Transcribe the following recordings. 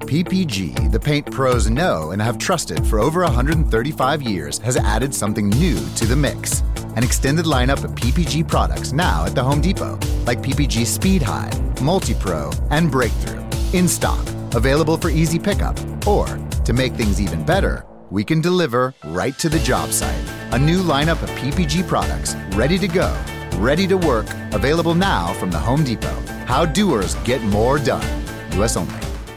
PPG, the paint pros know and have trusted for over 135 years, has added something new to the mix. An extended lineup of PPG products now at the Home Depot, like PPG Speed High, Multi-Pro, and Breakthrough. In stock, available for easy pickup, or, to make things even better, we can deliver right to the job site. A new lineup of PPG products, ready to go, ready to work, available now from the Home Depot. How doers get more done. US only.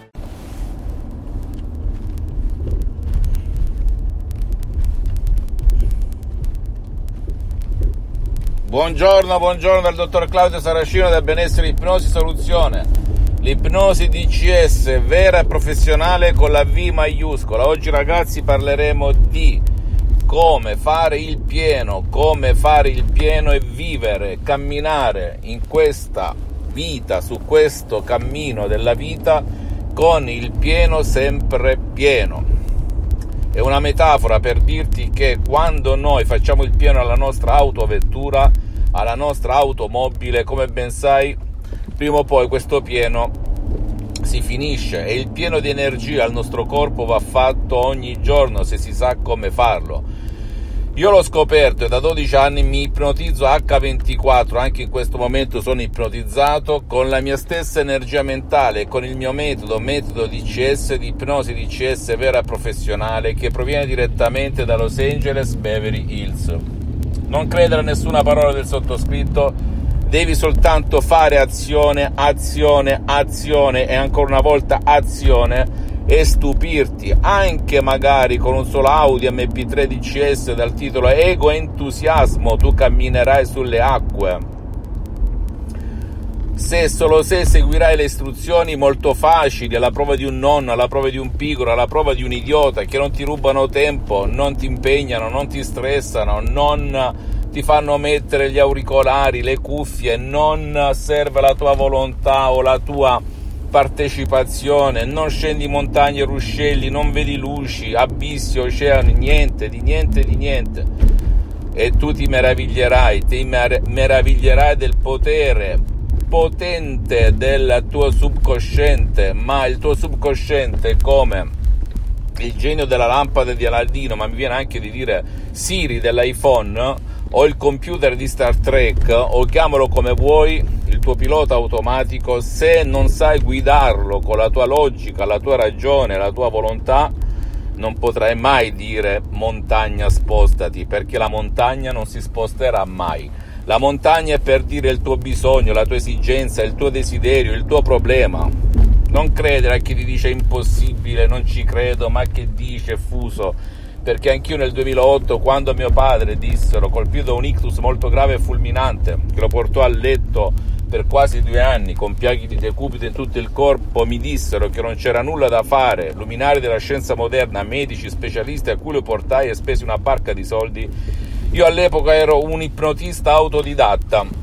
Buongiorno dal dottor Claudio Saracino del Benessere Ipnosi Soluzione. L'ipnosi DCS vera e professionale con la V maiuscola. Oggi ragazzi parleremo di come fare il pieno e vivere, camminare in questa vita, su questo cammino della vita con il pieno sempre pieno. È una metafora per dirti che quando noi facciamo il pieno alla nostra autovettura, alla nostra automobile, come ben sai, prima o poi questo pieno si finisce, e il pieno di energia al nostro corpo va fatto ogni giorno se si sa come farlo. Io l'ho scoperto e da 12 anni mi ipnotizzo H24, anche in questo momento sono ipnotizzato con la mia stessa energia mentale e con il mio metodo DCS, di ipnosi DCS vera e professionale, che proviene direttamente da Los Angeles, Beverly Hills. Non credere a nessuna parola del sottoscritto, devi soltanto fare azione e ancora una volta azione, e stupirti, anche magari con un solo Audi MP3 DCS dal titolo Ego Entusiasmo, tu camminerai sulle acque. Se seguirai le istruzioni molto facili, alla prova di un nonno, alla prova di un pigro, alla prova di un idiota, che non ti rubano tempo, non ti impegnano, non ti stressano, non ti fanno mettere gli auricolari, le cuffie, non serve la tua volontà o la tua partecipazione, non scendi montagne e ruscelli, non vedi luci, abissi, oceani, niente, e tu ti meraviglierai del potere potente del tuo subconsciente. Ma il tuo subconsciente è come il genio della lampada di Aladino, ma mi viene anche di dire Siri dell'iPhone, o il computer di Star Trek, o chiamalo come vuoi, il tuo pilota automatico. Se non sai guidarlo con la tua logica, la tua ragione, la tua volontà, non potrai mai dire montagna spostati, perché la montagna non si sposterà mai. La montagna è per dire il tuo bisogno, la tua esigenza, il tuo desiderio, il tuo problema. Non credere a chi ti dice impossibile, non ci credo, ma che dice fuso. Perché anch'io nel 2008, quando mio padre dissero, colpito da un ictus molto grave e fulminante, che lo portò a letto per quasi 2 anni, con piaghe di decubito in tutto il corpo, mi dissero che non c'era nulla da fare, luminari della scienza moderna, medici, specialisti a cui lo portai e spesi una barca di soldi. Io all'epoca ero un ipnotista autodidatta,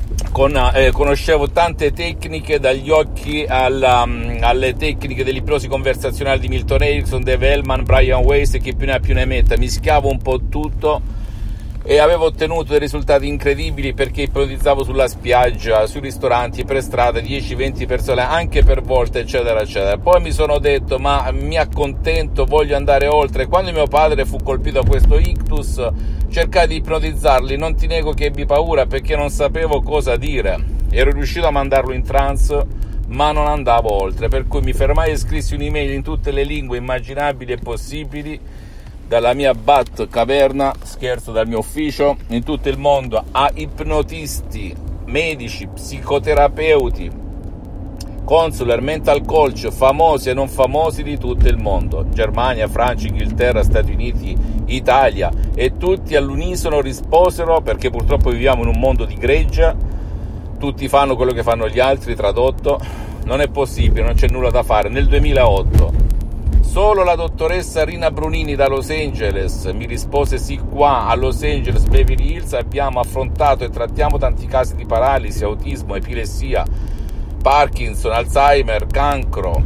conoscevo tante tecniche, dagli occhi alle tecniche dell'ipnosi conversazionale di Milton Erickson, Dave Hellman, Brian Weiss e chi più ne ha più ne metta. Mischiavo un po' tutto e avevo ottenuto dei risultati incredibili, perché ipnotizzavo sulla spiaggia, sui ristoranti, per strada, 10-20 persone, anche per volte, eccetera eccetera. Poi mi sono detto, ma mi accontento, voglio andare oltre. Quando mio padre fu colpito da questo ictus, cercai di ipnotizzarli, non ti nego che ebbi paura, perché non sapevo cosa dire. Ero riuscito a mandarlo in trance, ma non andavo oltre, per cui mi fermai e scrissi un'email in tutte le lingue immaginabili e possibili, dalla mia bat caverna, scherzo, dal mio ufficio, in tutto il mondo, a ipnotisti, medici, psicoterapeuti, consular, mental coach, famosi e non famosi di tutto il mondo, Germania, Francia, Inghilterra, Stati Uniti, Italia, e tutti all'unisono risposero, perché purtroppo viviamo in un mondo di greggia, tutti fanno quello che fanno gli altri, tradotto, non è possibile, non c'è nulla da fare. Nel 2008 solo la dottoressa Rina Brunini da Los Angeles mi rispose: sì, qua a Los Angeles, Beverly Hills, abbiamo affrontato e trattiamo tanti casi di paralisi, autismo, epilessia, Parkinson, Alzheimer, cancro,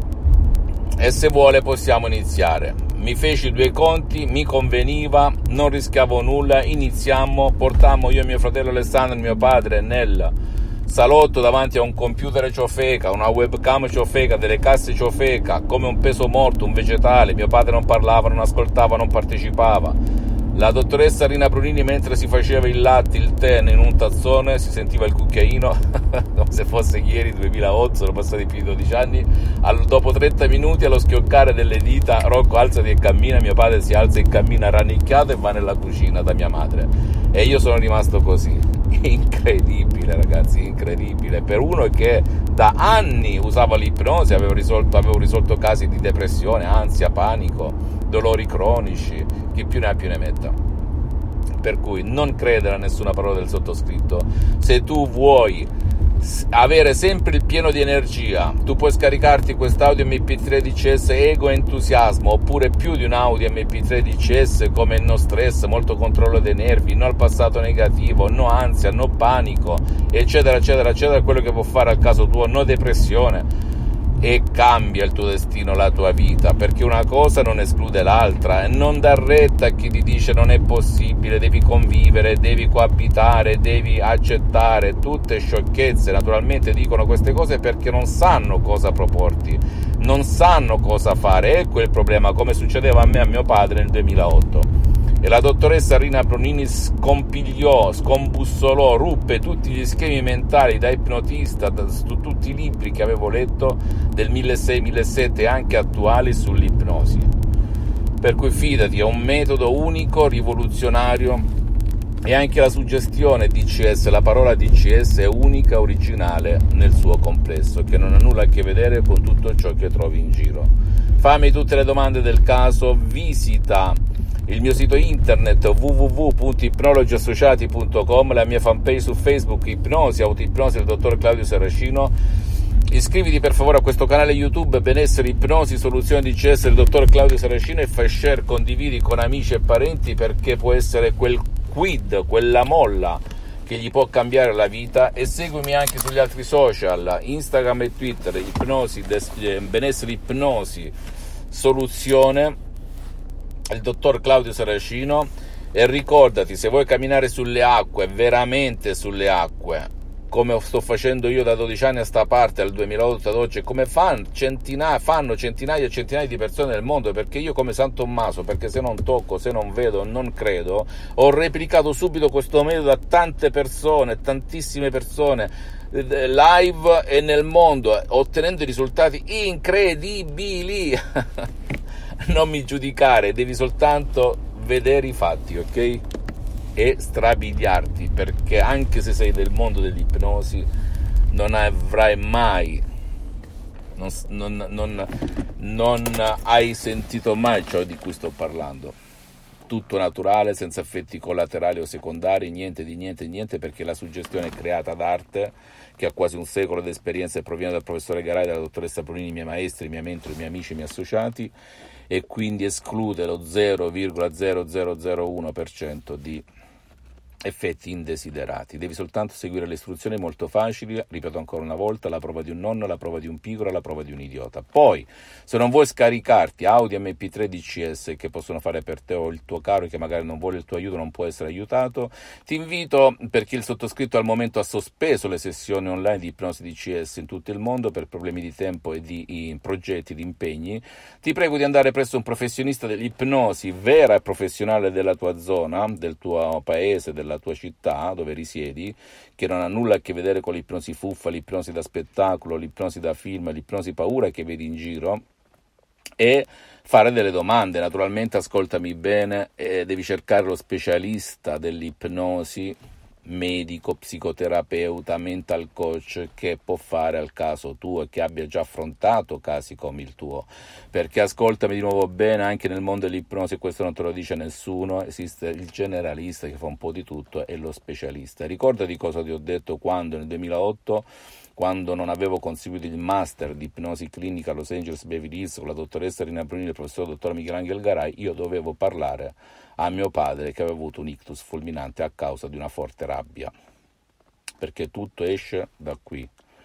e se vuole possiamo iniziare. Mi feci 2 conti, mi conveniva, non rischiavo nulla, iniziammo, portammo io e mio fratello Alessandro e mio padre nel salotto davanti a un computer ciofeca, una webcam ciofeca, delle casse ciofeca, come un peso morto, un vegetale. Mio padre non parlava, non ascoltava, non partecipava. La dottoressa Rina Brunini, mentre si faceva il latte, il tè in un tazzone, si sentiva il cucchiaino, come se fosse ieri, 2008, sono passati più di 12 anni. Dopo 30 minuti, allo schioccare delle dita, Rocco alzati e cammina. Mio padre si alza e cammina rannicchiato e va nella cucina da mia madre. E io sono rimasto così. Incredibile, ragazzi, incredibile. Per uno che da anni usava l'ipnosi, avevo risolto casi di depressione, ansia, panico, dolori cronici, chi più ne ha più ne metta. Per cui non credere a nessuna parola del sottoscritto. Se tu vuoi avere sempre il pieno di energia, tu puoi scaricarti quest'audio MP3 DCS Ego Entusiasmo, oppure più di un audio MP3 DCS come no stress, molto controllo dei nervi, no al passato negativo, no ansia, no panico, eccetera eccetera eccetera, quello che può fare al caso tuo, no depressione, e cambia il tuo destino, la tua vita, perché una cosa non esclude l'altra. E non dar retta a chi ti dice non è possibile, devi convivere, devi coabitare, devi accettare, tutte sciocchezze. Naturalmente dicono queste cose perché non sanno cosa proporti, non sanno cosa fare. Ecco il problema, come succedeva a me e a mio padre nel 2008. E la dottoressa Rina Brunini scompigliò, scombussolò, ruppe tutti gli schemi mentali da ipnotista, su tutti i libri che avevo letto del 1600-1700 e anche attuali sull'ipnosi. Per cui fidati, è un metodo unico, rivoluzionario, e anche la suggestione DCS, la parola DCS è unica, originale nel suo complesso, che non ha nulla a che vedere con tutto ciò che trovi in giro. Fammi tutte le domande del caso, visita il mio sito internet www.ipnologiassociati.com, la mia fanpage su Facebook Ipnosi, Autoipnosi del dottor Claudio Saracino. Iscriviti per favore a questo canale YouTube Benessere Ipnosi Soluzioni DCS del dottor Claudio Saracino e fai share, condividi con amici e parenti, perché può essere quel quid, quella molla che gli può cambiare la vita. E seguimi anche sugli altri social, Instagram e Twitter, Benessere Ipnosi Soluzione, il dottor Claudio Saracino. E ricordati, se vuoi camminare sulle acque, veramente sulle acque, come sto facendo io da 12 anni a sta parte, dal 2008 ad oggi, come fanno centinaia e centinaia di persone nel mondo, perché io come San Tommaso, perché se non tocco, se non vedo, non credo, ho replicato subito questo metodo a tante persone, tantissime persone, live e nel mondo, ottenendo risultati incredibili. Non mi giudicare, devi soltanto vedere i fatti, ok? E strabiliarti, perché anche se sei del mondo dell'ipnosi non avrai mai, non hai sentito mai ciò di cui sto parlando. Tutto naturale, senza effetti collaterali o secondari, niente di niente, perché la suggestione è creata d'arte, che ha quasi un secolo di esperienza e proviene dal professore Garai, dalla dottoressa Brunini, miei maestri, miei mentori, miei amici, miei associati, e quindi esclude lo 0,0001% di effetti indesiderati. Devi soltanto seguire le istruzioni molto facili, ripeto ancora una volta: la prova di un nonno, la prova di un pigro, la prova di un idiota. Poi, se non vuoi scaricarti audio MP3 DCS che possono fare per te, o il tuo caro che magari non vuole il tuo aiuto, non può essere aiutato, ti invito, perché il sottoscritto al momento ha sospeso le sessioni online di ipnosi DCS in tutto il mondo per problemi di tempo e di progetti, di impegni, ti prego di andare presso un professionista dell'ipnosi vera e professionale della tua zona, del tuo paese, della tua città dove risiedi, che non ha nulla a che vedere con l'ipnosi fuffa, l'ipnosi da spettacolo, l'ipnosi da film, l'ipnosi paura che vedi in giro, e fare delle domande. Naturalmente ascoltami bene, devi cercare lo specialista dell'ipnosi, medico, psicoterapeuta, mental coach, che può fare al caso tuo e che abbia già affrontato casi come il tuo, perché ascoltami di nuovo bene, anche nel mondo dell'ipnosi, questo non te lo dice nessuno, esiste il generalista che fa un po' di tutto e lo specialista. Ricordati cosa ti ho detto quando nel 2008, quando non avevo conseguito il master di ipnosi clinica a Los Angeles Beverly Hills con la dottoressa Rina Brunini e il professor dottor Michelangelo Garai, io dovevo parlare a mio padre che aveva avuto un ictus fulminante a causa di una forte rabbia, perché tutto esce da qui.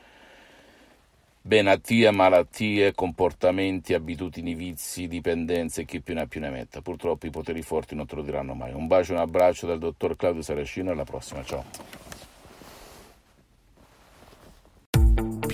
Benatie, malattie, comportamenti, abitudini, vizi, dipendenze, chi più ne ha più ne metta. Purtroppo i poteri forti non te lo diranno mai. Un bacio e un abbraccio dal dottor Claudio Saracino, alla prossima, ciao.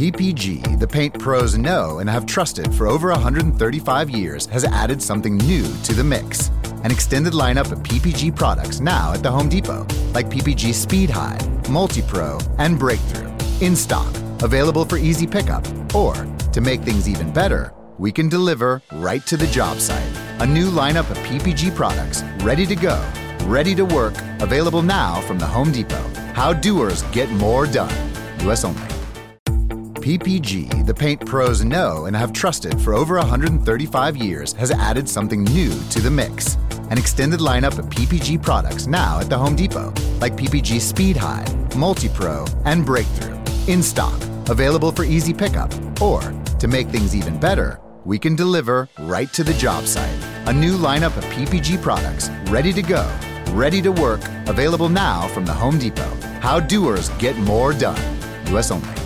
PPG, the paint pros know and have trusted for over 135 years, has added something new to the mix. An extended lineup of PPG products now at the Home Depot, like PPG Speed Hide, Multi-Pro, and Breakthrough. In stock, available for easy pickup, or, to make things even better, we can deliver right to the job site. A new lineup of PPG products, ready to go, ready to work, available now from the Home Depot. How doers get more done. US only. PPG, the paint pros know and have trusted for over 135 years, has added something new to the mix. An extended lineup of PPG products now at the Home Depot, like PPG Speed Hide, Multi-Pro, and Breakthrough. In stock, available for easy pickup, or, to make things even better, we can deliver right to the job site. A new lineup of PPG products, ready to go, ready to work, available now from the Home Depot. How doers get more done. US only.